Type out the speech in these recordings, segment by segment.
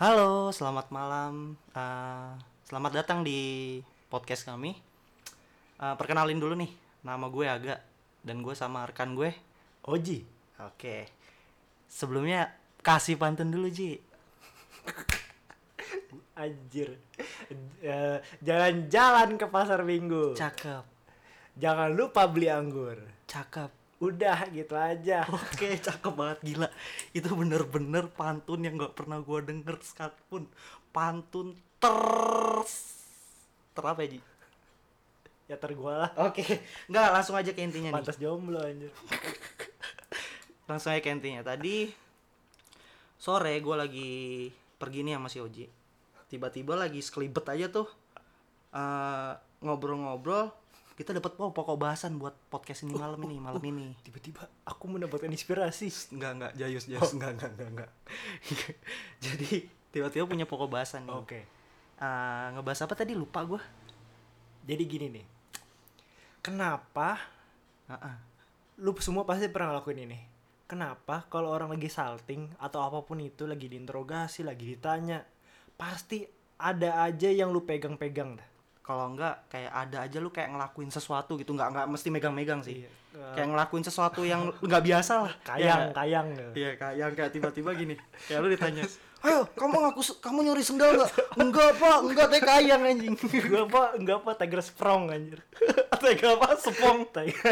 Halo, selamat malam. Selamat datang di podcast kami. Perkenalin dulu nih, nama gue Aga dan gue sama rekan gue Oji. Oke. Sebelumnya kasih pantun dulu Ji. Anjir. Jalan-jalan ke pasar minggu. Cakep, Jangan lupa beli anggur. cakep. Udah gitu aja. Oke, cakep banget gila. Itu bener-bener pantun yang gak pernah gue denger sekalipun. Pantun ter apa ya Ji? Ya tergua lah. Oke, nggak langsung aja ke intinya nih. Pantas jomblo anjir. Langsung aja ke intinya. Tadi sore gue lagi pergi nih sama si Oji. Tiba-tiba lagi sekelibet aja tuh ngobrol-ngobrol. Kita dapat pokok bahasan buat podcast ini malam ini. Tiba-tiba aku mendapatkan inspirasi. Enggak, Jayus. Enggak. Jadi tiba-tiba punya pokok bahasan nih. Oke. Ngebahas apa tadi lupa gue. Jadi gini nih. Kenapa Heeh. lu semua pasti pernah ngelakuin ini? Kenapa kalau orang lagi salting atau apapun itu, lagi diinterogasi, lagi ditanya, pasti ada aja yang lu pegang-pegang dah. Kalau enggak kayak ada aja lu kayak ngelakuin sesuatu gitu, enggak mesti megang-megang sih. Iya. Kayak ngelakuin sesuatu yang enggak biasa lah. Kayang. Iya, kayak tiba-tiba gini. Kayak lu ditanya, "Ayo, kamu nyuri sendal enggak?" "Enggak, Pak. Enggak, teh kayang anjing." Enggak apa Tiger Sprong anjir. Tega apa? Sepong.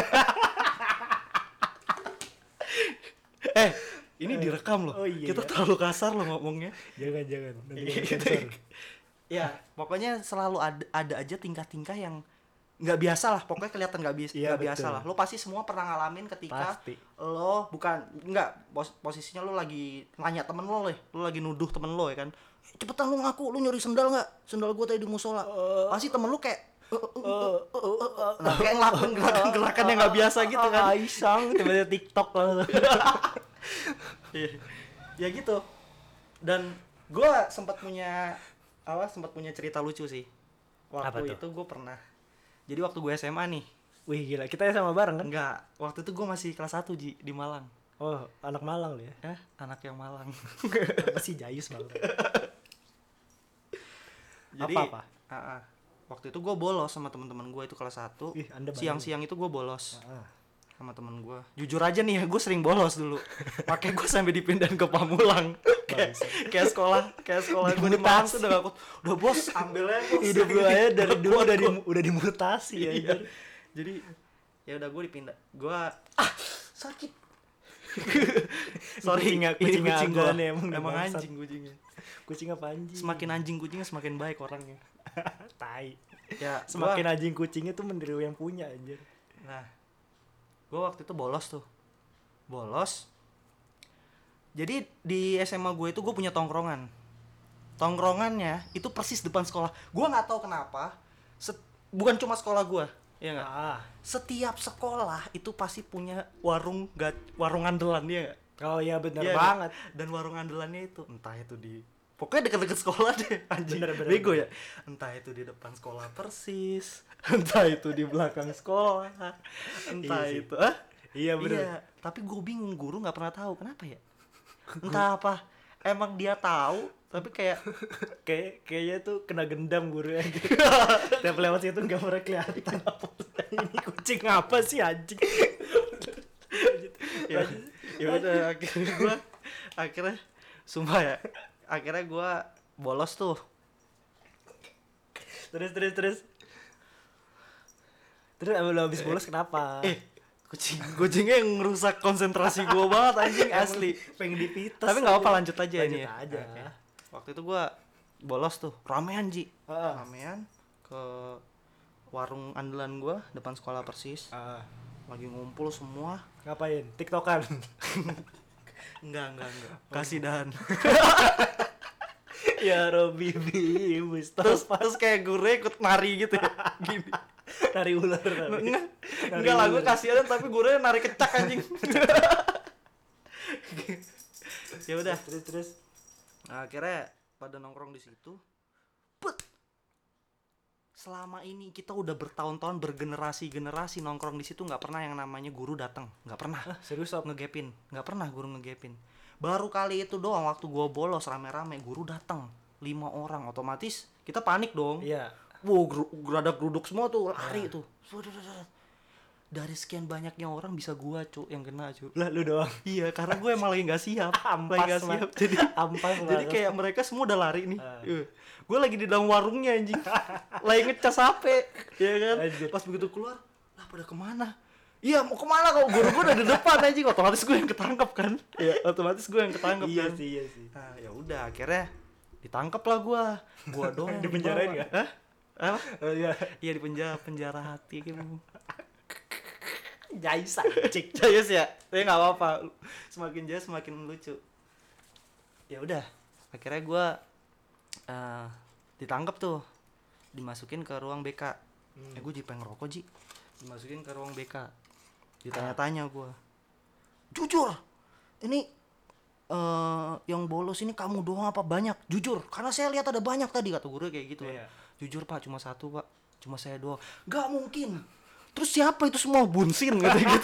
Ini direkam loh. Oh iya, Kita iya. terlalu kasar loh ngomongnya. Jangan. Nanti Iya, kena sensor. Ya, pokoknya selalu ada aja tingkah-tingkah yang nggak biasa lah. Pokoknya kelihatan Iya, nggak biasa betul. lah. Lo pasti semua pernah ngalamin ketika Pasti. lo posisinya lo lagi nanya temen lo lo lagi nuduh temen lo ya kan. Cepetan lo ngaku, lo nyuri sendal nggak? Sendal gue tadi di musola. Pasti temen lo kayak nah, kayak ngelakuin gerakan yang nggak biasa gitu kan. Iseng tiba-tiba TikTok langsung. Iya. Ya gitu. Dan gue sempat punya cerita lucu sih. Apa Waktu tuh? itu gue pernah. Jadi waktu gue SMA nih. Wih gila, kita sama bareng kan? Enggak, waktu itu gue masih kelas 1 Ji, di Malang. Oh, anak Malang lu ya. Anak yang Malang. Apa sih Jayus Malang? Jadi Apa? waktu itu gue bolos sama teman-teman gue itu kelas 1. Ih, Anda bandel. Siang-siang itu gue bolos Ah. sama temen gue. Jujur aja nih ya, gue sering bolos dulu. Makanya gue sampai dipindahin ke Pamulang. kayak sekolah gue di Malang tuh udah bos, ambilnya bos. Hidup lu aja dari dulu Gua- udah dimutasi ya. Iya. Jadi ya udah gue dipindah. Gue sakit. Sorry, Kucing ini kucing Aga gua. nih, Emang bangsat. anjing kucingnya. Kucing apa anjing? Semakin anjing kucingnya semakin baik orangnya. Tai. Ya, Semakin anjing kucingnya tuh mendiri yang punya anjir. Nah, gue waktu itu bolos. Jadi di SMA gue itu gue punya tongkrongan. Tongkrongannya itu persis depan sekolah. Gue nggak tahu kenapa. Bukan cuma sekolah gue, ya nggak. Setiap sekolah itu pasti punya warung andalan, ya nggak? Oh iya bener Iya, banget. Dan warung andalannya itu entah itu di pokoknya deket-deket sekolah deh anjing. Bener. Bego ya. Entah itu di depan sekolah persis, entah itu di belakang sekolah, entah Iya sih. itu Iya bener. Iya, tapi gue bingung, guru nggak pernah tahu kenapa ya. Entah apa, emang dia tahu, tapi kayak Kayaknya tuh kena gendam guru aja. Tiap lewat situ nggak pernah kelihatan. Ini kucing apa sih anjing? ya udah akhirnya sumpah ya, akhirnya gue bolos tuh. Terus lo habis bolos kenapa? Kucingnya yang ngerusak konsentrasi gue banget anjing, asli. Pengen dipites. Tapi nggak apa, lanjut aja ini Lanjut ya. aja. Oke. Waktu itu gue bolos tuh, ramean Ji. Heeh. Ramean ke warung andalan gue depan sekolah persis. Lagi ngumpul semua. Ngapain? TikTokan. Enggak. Kasidahan. Ya Robi Mustafa. terus kayak gue ikut nari gitu ya. Gini. Nari ular. Enggak lah, gue kasihan tapi gue nari kecak anjing. Ya udah. Terus. Nah, akhirnya pada nongkrong di situ. Selama ini kita udah bertahun-tahun bergenerasi nongkrong di situ nggak pernah yang namanya guru datang, nggak pernah. Serius sob? Ngegepin, nggak pernah guru ngegepin. Baru kali itu doang waktu gue bolos rame-rame, guru datang 5 orang, otomatis kita panik dong. Iya. Wow, geradak geruduk semua tuh lari tuh. Dari sekian banyaknya orang bisa gua yang kena Lah lu doang. Iya, karena gue emang lagi nggak siap. Ampas lagi nggak siap. Jadi jadi kayak mereka semua udah lari nih. Gue lagi di dalam warungnya anjing. Lagi ngecas HP, ya kan. Anjir. Pas begitu keluar, lah pada kemana? Iya, mau kemana kok? Guru gue udah di depan anjing. Otomatis gue yang ketangkep kan. Iya, otomatis gue yang ketangkep kan. Iya sih. Nah, ya udah akhirnya ditangkap lah gua. Gua doang yang Dipenjarain dibawa. nggak? Hah? Apa? Oh iya. Iya di penjara hati gitu. Jais anjing. Jayus ya? Tapi nggak apa-apa. Semakin jayus semakin lucu. Ya udah, akhirnya gua ditangkap tuh, dimasukin ke ruang BK. Gue jadi pengen ngerokok Ji. Dimasukin ke ruang BK. Ditanya-tanya gua. Jujur, ini yang bolos ini kamu doang apa banyak? Jujur, karena saya lihat ada banyak tadi, kata guru kayak gitu. Iya. Jujur Pak, cuma satu Pak, cuma saya doang. Gak mungkin. Terus siapa itu semua bunsin katanya gitu.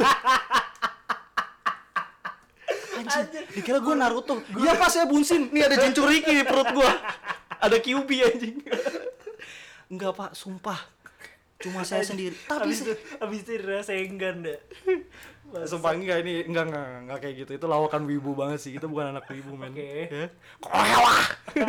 Anjing, dikira gue Naruto. Iya Pak, saya bunsin. Nih ada Jinchuriki di perut gue. Ada Kyuubi anjing. Enggak Pak, sumpah. Cuma saya sendiri. Tapi abis itu rasa enggan deh. sumpah enggak kayak gitu. Itu lawakan wibu banget sih. Kita bukan anak wibu, men. Oke. Ya. Koelah.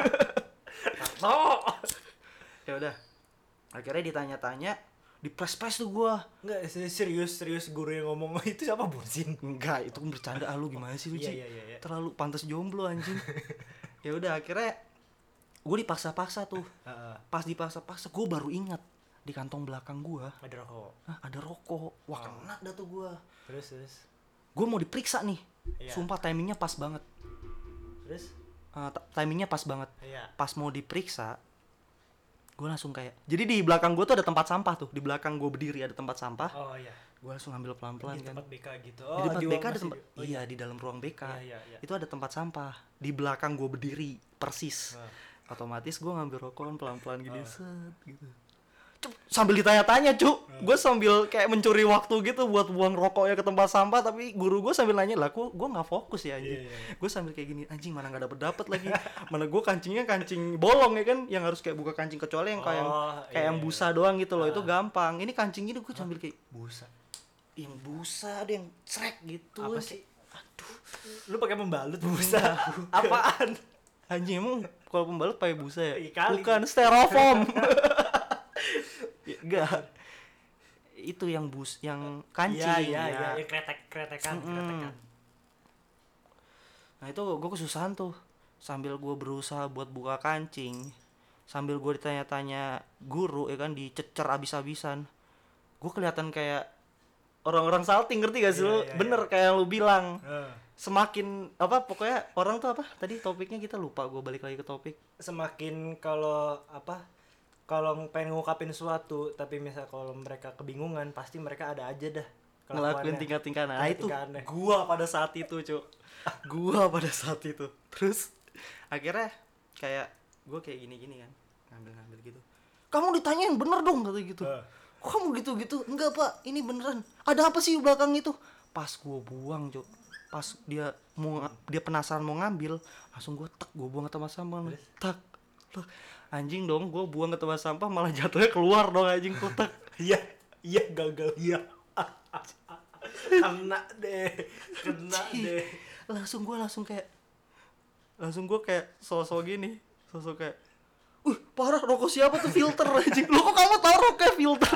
No. Ya udah. Akhirnya ditanya-tanya, di press tuh gua. Enggak, serius guru yang ngomong itu siapa bunsin? Enggak, itu kan bercanda. Lu gimana sih lu, Ci? Iya. Terlalu pantas jomblo anjing. Ya udah akhirnya gue dipaksa-paksa tuh. Pas dipaksa-paksa gue baru ingat di kantong belakang gua Ada rokok. ada rokok. Wah, kena dah tuh gua. Terus. Gue mau diperiksa nih. Iya. Sumpah timingnya pas banget. Terus? Timingnya pas banget. Iya. Pas mau diperiksa, gue langsung kayak, jadi di belakang gue tuh ada tempat sampah tuh. Di belakang gue berdiri ada tempat sampah. Oh iya. Gue langsung ngambil pelan-pelan Di kan. tempat BK gitu. Di tempat BK ada masih tempat. Iya, di dalam ruang BK. Iya. Itu ada tempat sampah. Di belakang gue berdiri persis. Otomatis gue ngambil rokokan pelan-pelan gini, set gitu. Sambil ditanya-tanya gue sambil kayak mencuri waktu gitu buat buang rokoknya ke tempat sampah, tapi guru gue sambil nanya lah, gue nggak fokus ya anjing. Gue sambil kayak gini, anjing mana nggak dapet lagi, mana gue kancingnya kancing bolong ya kan, yang harus kayak buka kancing, kecuali yang kayak yang busa doang gitu loh, itu gampang. Ini kancing ini gue sambil kayak busa. Yang busa ada yang srek gitu. Apa sih? Aduh, Lu pakai membalut busa. Apaan? anjing emang kalau pembalut pakai busa ya? Kali. Bukan, styrofoam. Enggak. Itu yang yang kancing. Iya, yang kretekan. Nah itu gue kesusahan tuh. Sambil gue berusaha buat buka kancing, sambil gue ditanya-tanya guru ya kan, dicecer abis-abisan. Gue kelihatan kayak orang-orang salting, ngerti gak sih lu? Bener kayak yang lu bilang. Semakin pokoknya orang tuh tadi topiknya kita lupa, gue balik lagi ke topik. Semakin kalau pengen ngungkapin sesuatu, tapi misal kalau mereka kebingungan, pasti mereka ada aja dah ngelakuin tingkat-tingkat. Nah itu gua pada saat itu, Cuk. Pada saat itu. Terus akhirnya kayak gua kayak gini-gini kan, ngambil gitu. Kamu ditanya yang bener dong, kata gitu. Kok kamu gitu-gitu? Enggak Pak, ini beneran. Ada apa sih di belakang itu? Pas gua buang, Cuk. Pas dia penasaran mau ngambil, langsung gua buang ke tempat sampah. Tak. Anjing dong, gue buang ke tempat sampah malah jatuhnya keluar dong anjing, kotak. Iya gagal. Iya. Kena deh. Langsung gue kayak sosok gini, sosok kayak, parah, rokok siapa tuh, filter anjing. Lu kok kamu tahu rokoknya filter?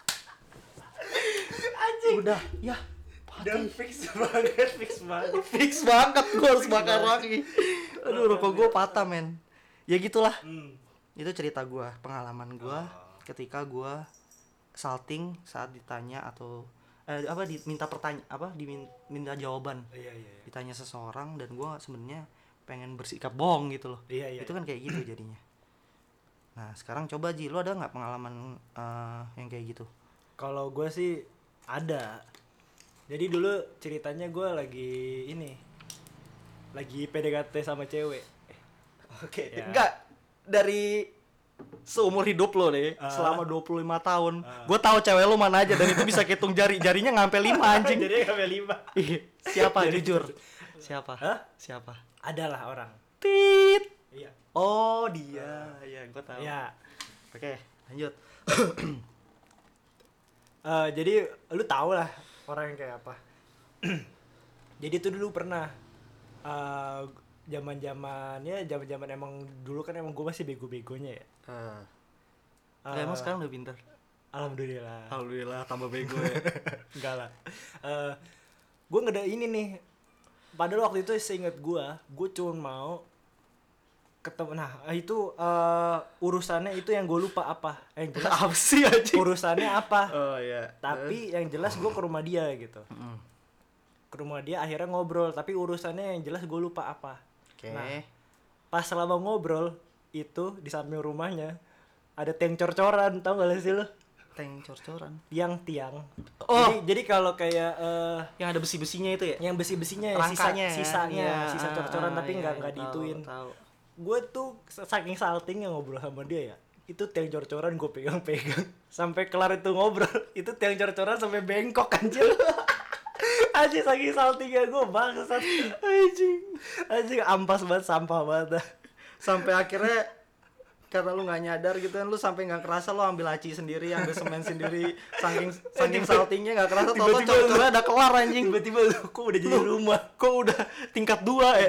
Anjing. Udah, ya. Dan fix banget, gue harus bakar lagi. Aduh, rokok gue patah men. Ya gitulah. Itu cerita gue, pengalaman gue ketika gue salting saat ditanya atau diminta diminta jawaban. Iya. Ditanya seseorang dan gue sebenarnya pengen bersikap bohong gitu loh. Iya. Itu kan kayak gitu jadinya. Nah sekarang coba Ji, lu ada nggak pengalaman yang kayak gitu? Kalau gue sih ada. Jadi dulu ceritanya gue lagi PDKT sama cewek. Oke. Ya. Enggak, dari seumur hidup lo nih, selama 25 tahun, gue tahu cewek lo mana aja dan itu bisa hitung jarinya ngampe 5 anjing. Jarinya ngampe 5. Siapa jujur? Siapa? Hah? Siapa? Adalah orang. Tit. Iya. Oh dia, ya gue tahu. Ya. Oke, lanjut. Jadi lu tau lah orang yang kayak apa. Jadi itu dulu pernah zaman emang dulu kan emang gue masih bego-begonya ya. Emang sekarang udah pintar. Alhamdulillah tambah bego ya. Enggak lah. Gue nggak ada ini nih. Padahal waktu itu seinget gue cuma mau ketemu. Nah itu urusannya itu yang gue lupa apa. Yang jelas Apa sih aja? urusannya apa. Oh iya. Tapi yang jelas gue ke rumah dia gitu. Ke rumah dia akhirnya ngobrol. Tapi urusannya yang jelas gue lupa apa. Oke. Nah pas selama ngobrol itu di samping rumahnya ada tiang cor-coran, tau gak sih lo? Tank cor-coran. Tiang. Oh. Jadi kalau kayak Yang ada besi-besinya itu ya? yang besi-besinya ya, Rangkanya ya? sisanya, Iya. sisa cor-coran tapi nggak Tahu, diituin. tahu. Gue tuh saking salting yang ngobrol sama dia ya, itu tiang cor-coran gue pegang sampai kelar itu ngobrol itu tiang cor-coran sampai bengkok anjir. Anjir saking saltingnya gue bangsat. Anjing ampas banget, sampah banget. Sampai akhirnya karena lu nggak nyadar gitu kan, lu sampai nggak kerasa lu ambil laci sendiri, ambil semen sendiri, saking saltingnya nggak kerasa, tau cor-cornya udah kelar anjing. Tiba-tiba lu kok udah jadi rumah, kok udah tingkat 2 ya.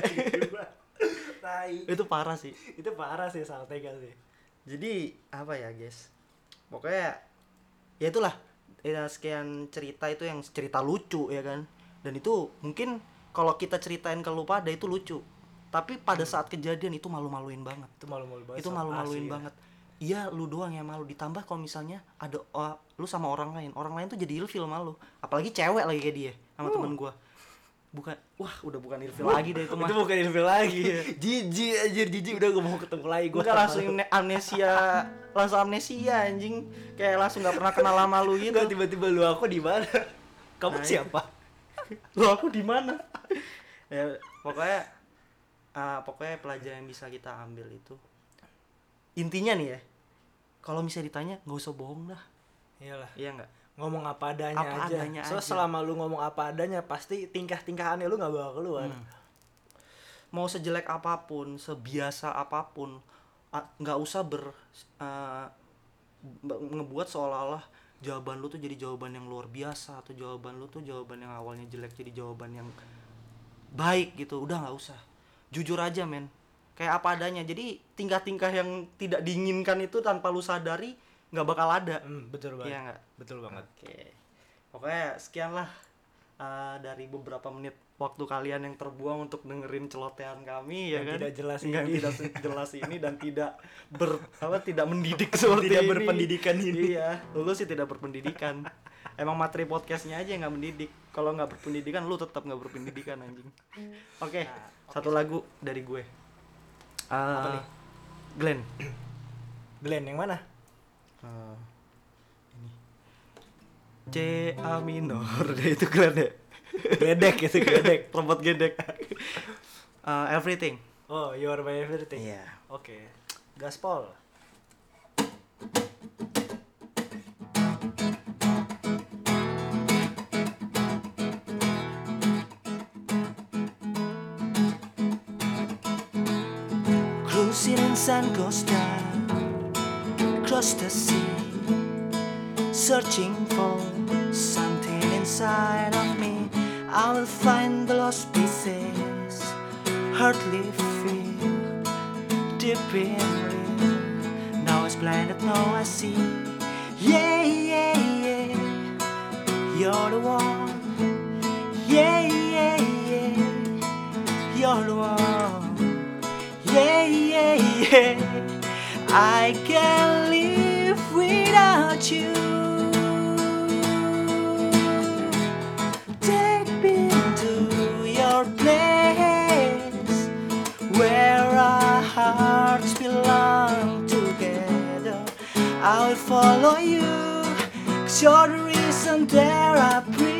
tai. Itu parah sih. Itu parah sih saltingnya sih. Jadi apa ya guys, pokoknya ya itulah ya, sekian cerita itu yang cerita lucu ya kan, dan itu mungkin kalau kita ceritain ke lu pada itu lucu, tapi pada saat kejadian itu malu-maluin banget. Itu malu-malu banget. Itu malu-maluin banget. Iya lu doang yang malu, ditambah kalau misalnya ada lu sama orang lain tuh jadi ilfil malu, apalagi cewek lagi kayak dia sama temen gua. Udah bukan ilfil lagi deh itu mah. Itu bukan ilfil lagi. Jijik udah gak mau ketemu lagi gua. Enggak, langsung amnesia anjing, kayak langsung nggak pernah kenal sama lu gitu. Enggak, tiba-tiba lu aku di mana? Kamu Nah, siapa? Lu aku di mana? Ya pokoknya pelajaran yang bisa kita ambil itu, intinya nih ya, kalau misalnya ditanya nggak usah bohong dah. Iyalah. Iya nggak? Ngomong apa adanya Apa aja. adanya So aja. selama lu ngomong apa adanya pasti tingkah-tingkahannya lu nggak bakal keluar. Mau sejelek apapun, sebiasa apapun, nggak usah ngebuat seolah-olah jawaban lu tuh jadi jawaban yang luar biasa, atau jawaban lu tuh jawaban yang awalnya jelek jadi jawaban yang baik gitu. Udah nggak usah, jujur aja men, kayak apa adanya. Jadi tingkah-tingkah yang tidak diinginkan itu tanpa lu sadari nggak bakal ada. Betul banget. Iya nggak? Betul banget. Oke, pokoknya sekian lah dari beberapa menit waktu kalian yang terbuang untuk dengerin celotehan kami, ya Yang kan? tidak jelas Yang ini. tidak jelas ini dan tidak tidak mendidik seperti Tidak ini. berpendidikan ini. Iya, lu sih tidak berpendidikan. Emang materi podcastnya aja yang nggak mendidik. Kalau nggak berpendidikan, lu tetap nggak berpendidikan anjing. Oke, satu lagu dari gue. Apa nih? Glenn yang mana? Ini C A minor deh, itu Glenn ya. Gedek. Robot gedek. Everything. Oh, you are my everything. Iya. Oke. Gaspol. Cruising in San Costa, across the sea, searching for something inside of me. I will find the lost pieces, hardly feel deep in real. Now it's blinded, now I see. Yeah, you're the one. Yeah, you're the one. Yeah, I can't live without you. Take me to your place where our hearts belong together. I will follow you, 'cause you're the reason that I breathe.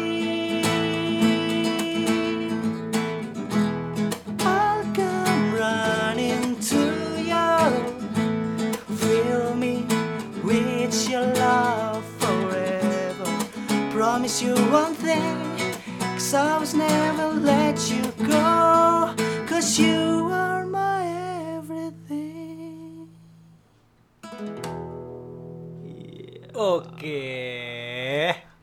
I'll come running to you, fill me with your love forever. Promise you one thing, 'cause I will never let you go, 'cause 'cause you are my everything. Oke.